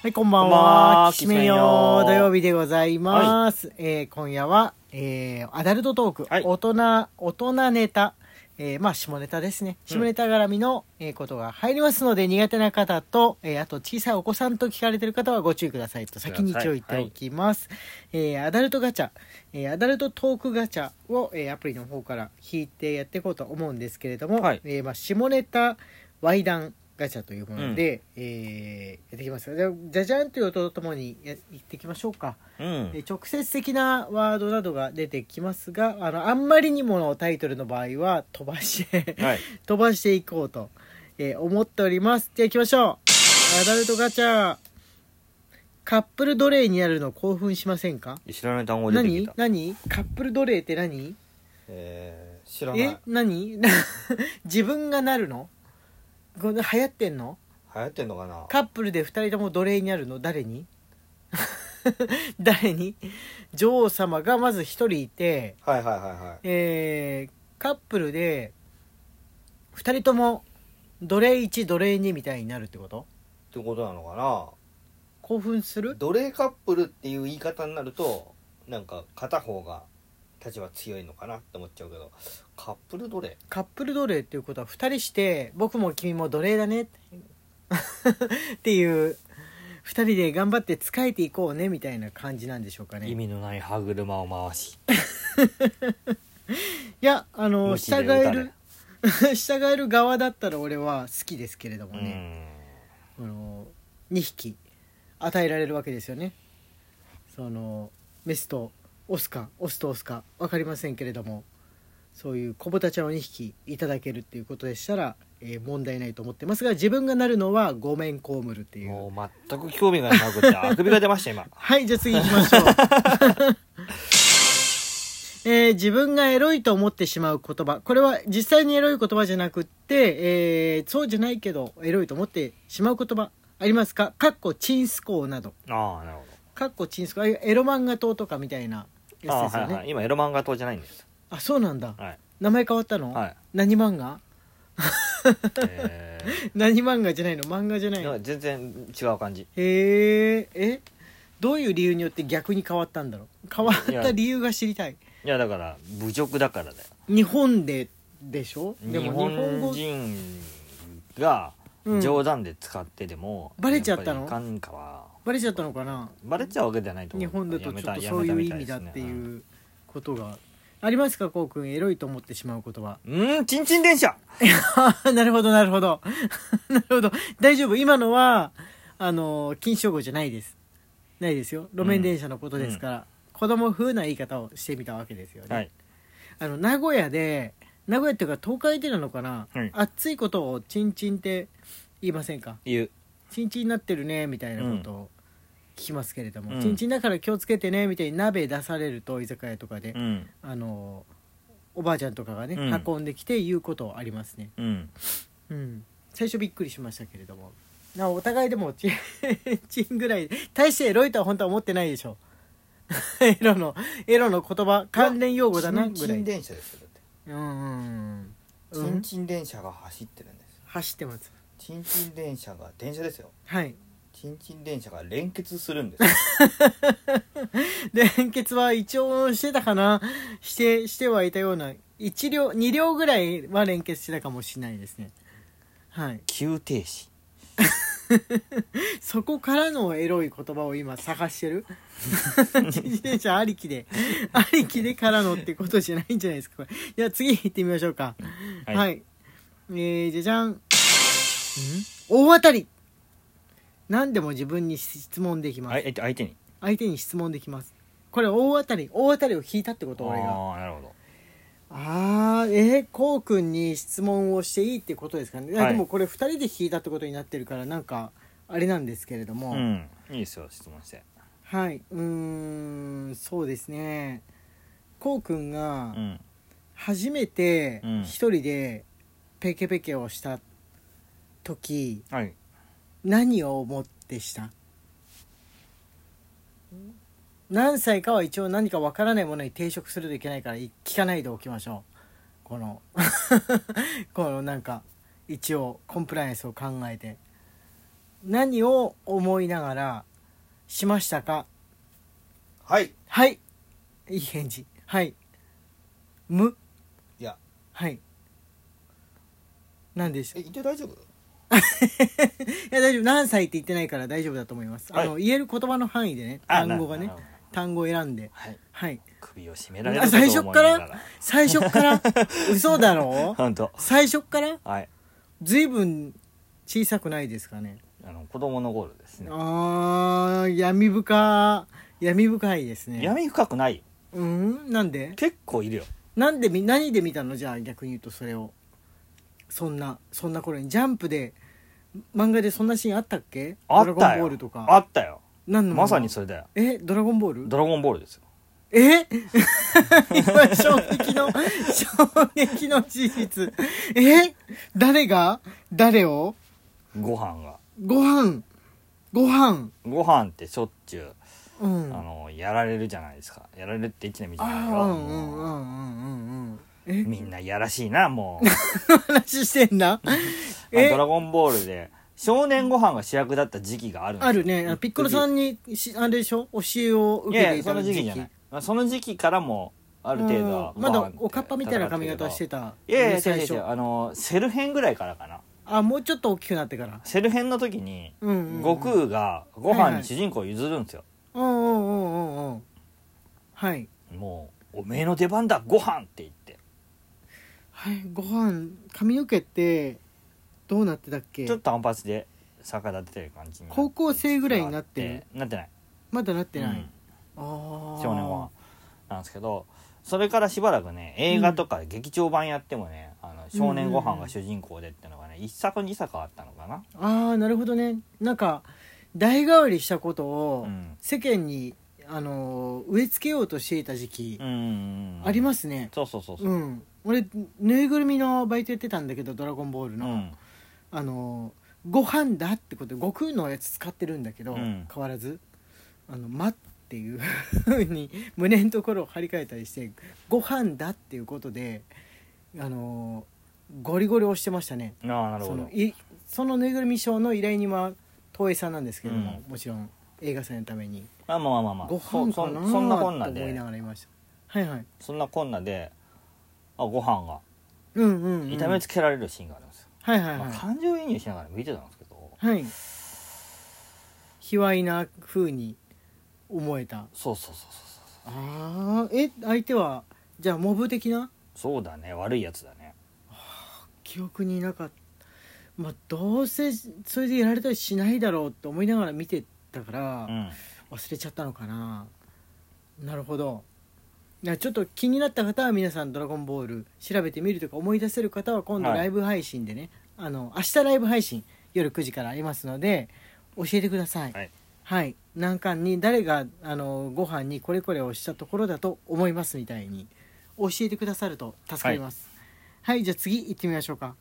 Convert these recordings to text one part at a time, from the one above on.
はい、こんばんは。きしめんよ土曜日でございます。今夜は、アダルトトーク、 はい大人ネタ、下ネタですね。下ネタ絡みの、ことが入りますので、苦手な方と、あと小さいお子さんと聞かれている方はご注意くださいと先に一応言っておきます。アダルトガチャ、アダルトトークガチャを、アプリの方から引いてやっていこうと思うんですけれども、 はい、 下ネタワイダンガチャというもので、やっていきます。じゃじゃんという音とともに言っていきましょうか。直接的なワードなどが出てきますが、あんまりにものタイトルの場合は飛ばして飛ばしていこうと、思っております。じゃあ行きましょう。アダルトガチャ。カップル奴隷になるの興奮しませんか？ 知らない単語出てきた。 何カップル奴隷って何？ 知らない。 何自分がなるの？これ流行ってんの？ 流行ってんのかな。 カップルで2人とも奴隷になるの？誰に誰に？女王様がまず1人いて、 はい、 カップルで2人とも奴隷1奴隷2みたいになるってこと？ ってことなのかな。 興奮する？ 奴隷カップルっていう言い方になるとなんか片方が立場強いのかなって思っちゃうけど、カップル奴隷っていうことは2人して僕も君も奴隷だねっていう2人で頑張って仕えていこうねみたいな感じなんでしょうかね。 意味のない歯車を回しいや従える側だったら俺は好きですけれどもね。2匹与えられるわけですよね。そのメスとオスとオスか分かりませんけれども、そういう子豚ちゃんを2匹いただけるっていうことでしたら、問題ないと思ってますが、自分がなるのはごめん被るっていう。 もう全く興味がなくてあくびが出ました今。 はい、じゃあ次行きましょう。自分がエロいと思ってしまう言葉、これは実際にエロい言葉じゃなくって、そうじゃないけどエロいと思ってしまう言葉ありますか？かっこチンスコーなど。 ああ、なるほど。 かっこチンスコー、エロ漫画党とかみたいなやつですよね。 今エロ漫画党じゃないんです。 あ、そうなんだ。 はい、 名前変わったの？ はい、 何漫画？何漫画じゃないの？漫画じゃないの？ 全然違う感じ。 どういう理由によって逆に変わったんだろう？変わった理由が知りたい。 いやだから侮辱だからだよ。 日本でしょ？でも日本人が冗談で使ってでも、 バレちゃったの？バレちゃったのかな？ バレちゃうわけじゃないと思う。 日本だとちょっとそういう意味だっていうことがありますか？こうくんエロいと思ってしまう言葉。 チンチン電車なるほどなるほど大丈夫。今のは禁止用語じゃないですよ。路面電車のことですから、子供風な言い方をしてみたわけですよね。はい、名古屋っていうか東海でなのかな、熱いことをチンチンって言いませんか？ 言う。 チンチンになってるねみたいなことを聞きますけれども、チンチンだから気をつけてねみたいに鍋出されると居酒屋とかで、おばあちゃんとかがね、運んできて言うことありますね。最初びっくりしましたけれども、お互いでもチンぐらい大してエロいとは本当は思ってないでしょエロの言葉関連用語だなぐらい。 チンチン電車ですよ。 チンチン電車が走ってるんです。 走ってます。 チンチン電車が電車ですよ。 はい。 チンチン電車が連結するんです連結は一応してたかな、してはいたような。1両2両ぐらいは連結してたかもしれないですね。はい。 急停止そこからのエロい言葉を今探してる自転車ありきでからのってことじゃないんじゃないですかこれ。じゃあ次行ってみましょうか。はい、じゃじゃん。大当たり。何でも自分に質問できます。 相手に質問できます。これ大当たりを引いたってこと？俺が。 なるほど。 こうくんに質問をしていいってことですかね。でもこれ2人で引いたってことになってるからなんかあれなんですけれども、 いいですよ質問して。 はい。そうですね。こうくんが初めて一人でペケペケをした時、何を思ってした？何歳かは一応何かわからないものに抵触するといけないから聞かないでおきましょう。このなんか一応コンプライアンスを考えて何を思いながらしましたか？ はい。 はい。いい返事。はい。無。 いや。 はい。何でしょう。 言って大丈夫？ いや大丈夫。何歳って言ってないから大丈夫だと思います。 はい、 言える言葉の範囲でね、単語がね、単語を選んで。 はい。 はい。 首を絞められると思いながら。 最初から嘘だろ？ 本当。 最初から？ はい。 ずいぶん小さくないですかね。 子供の頃ですね。 ああ、闇深いですね。 闇深くないよ。 なんで？ 結構いるよ。 何で見たの？じゃあ逆に言うとそれを。そんな頃にジャンプで漫画でそんなシーンあったっけ？ あったよ。 ドラゴンボールとか。 あったよ。 何の？ まさにそれだよ。 ドラゴンボール？ ドラゴンボールですよ。 今衝撃の事実。誰を？ ご飯が。 ご飯ってしょっちゅう、やられるじゃないですか。やられるって1年見てないよ。みんなやらしいな、もう。 話してんだ。 ドラゴンボールで少年ご飯が主役だった時期があるんですよ。 あるね。ピッコロさんにあれでしょ、教えを受けていた時期。 その時期じゃない。その時期からもある程度はまだおかっぱみたいな髪型してた。 最初セル編ぐらいからかな。 もうちょっと大きくなってから。 セル編の時に、悟空がご飯に主人公を譲るんですよ。 はい。 もうおめえの出番だご飯って言って。 はい、ご飯髪の毛ってどうなってたっけ？ ちょっと単発で逆立ててる感じに。 高校生ぐらいになってる？ なってない。 まだなってない。 少年ご飯なんですけど、それからしばらくね、映画とか劇場版やってもね、少年ご飯が主人公でってのがね、1作2作あったのかな。 なるほどね。なんか代替わりしたことを世間に植え付けようとしていた時期ありますね。 そう。 俺ぬいぐるみのバイトやってたんだけど、ドラゴンボールの、ご飯だってことで悟空のやつ使ってるんだけど、変わらずまっていう風に胸のところを張り替えたりしてご飯だっていうことでゴリゴリ押してましたね。 なるほど。 そのぬいぐるみショーの依頼人は東映さんなんですけども、もちろん映画祭のためにまあご飯かなそんなこんなでと思いながらいました。はいはい。 そんなこんなでご飯が痛めつけられるシーンがあるんですよ。 はいはいはい。 感情移入しながら見てたんですけど、 はい。卑猥な風に思えた。 そう。 相手はじゃあモブ的な？ そうだね、悪いやつだね。 記憶になかった。どうせそれでやられたりしないだろうって思いながら見てたから、忘れちゃったのかな。なるほど。ちょっと気になった方は皆さんドラゴンボール調べてみるとか、思い出せる方は今度ライブ配信でね、明日ライブ配信夜9時からありますので教えてください。はい、難関に誰がご飯にこれこれをしたところだと思いますみたいに教えてくださると助かります。はい、じゃあ次行ってみましょうか。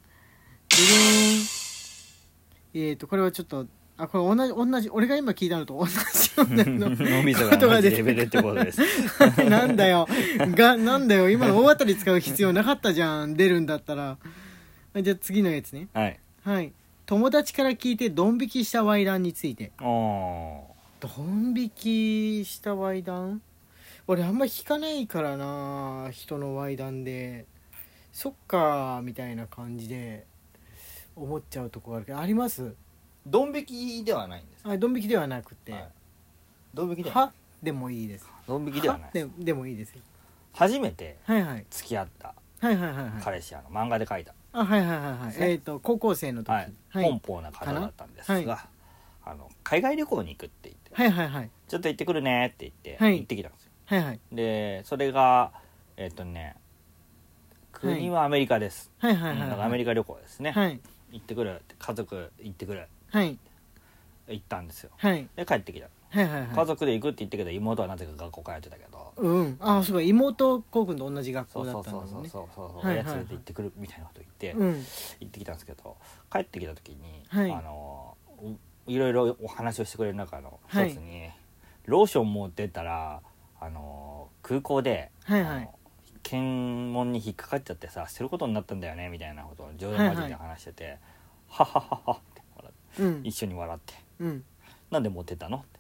これはちょっとこれ同じ俺が今聞いたのと同じようなのことが出てくるってことです。 なんだよ今の大当たり使う必要なかったじゃん、出るんだったら。じゃあ次のやつね。はい。友達から聞いてドン引きしたワイダンについて。ドン引きしたワイダン、俺あんまり聞かないからな、人のワイダンでそっかみたいな感じで思っちゃうとこあるけど、あります？ ドン引きではないんです。 ドン引きではなくて、 ドン引きでもいいです。 ドン引きではない。 でもいいですよ。 初めて付き合った彼氏、漫画で描いた。 高校生の時、 奔放な方だったんですが、海外旅行に行くって言って、ちょっと行ってくるねって言って行ってきたんですよ。でそれが国はアメリカです。アメリカ旅行ですね。行ってくるって、家族行ってくる、行ったんですよ。で帰ってきた。家族で行くって言ってけど、妹はなぜか学校通ってたけど、 すごい、妹こうくんと同じ学校だったんですね。 親連れて行ってくるみたいなこと言って、行ってきたんですけど、帰ってきた時にいろいろお話をしてくれる中の一つに、ローション持ってったら空港で検問に引っかかっちゃってさ、捨てることになったんだよねみたいなことを冗談交じりで話してて、ははははって一緒に笑って、なんで持ってたのって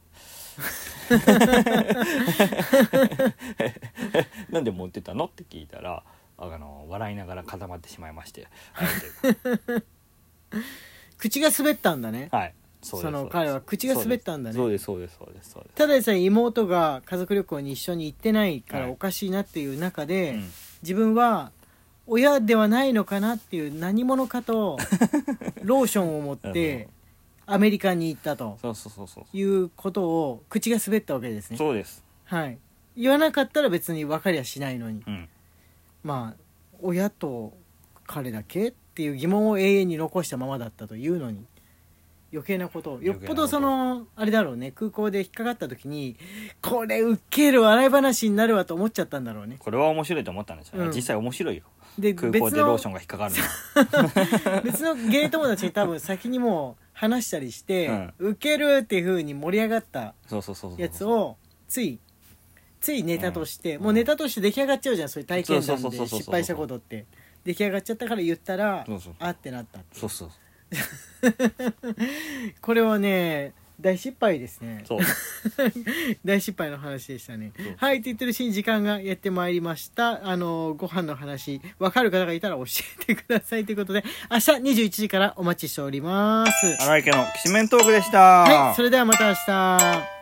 なんで持ってたのって聞いたら笑いながら固まってしまいまして口が滑ったんだね。 はい、 その彼は口が滑ったんだね。 そうです。 ただでさえ妹が家族旅行に一緒に行ってないからおかしいなっていう中で、自分は親ではないのかなっていう何者かとローションを持ってアメリカに行ったということを口が滑ったわけですね。 そうです、 はい、言わなかったら別に分かりゃしないのに、まあ親と彼だけっていう疑問を永遠に残したままだったというのに余計なことをよっぽどあれだろうね、空港で引っかかった時にこれウケる笑い話になるわと思っちゃったんだろうね。 これは面白いと思ったんですよ、実際面白いよ。で空港でローションが引っかかるの別のゲイ友達に多分先にもう話したりして、ウケるっていう風に盛り上がったやつをついネタとして、もうネタとして出来上がっちゃうじゃん、そういう体験談で失敗したことって出来上がっちゃったから言ったらあってなったって。 そうこれはね大失敗ですね。 そう大失敗の話でしたね。はいって言ってるうちに時間がやってまいりました。ご飯の話分かる方がいたら教えてくださいということで、明日21時からお待ちしております。 荒井家のきしめんトークでした。 はい、それではまた明日。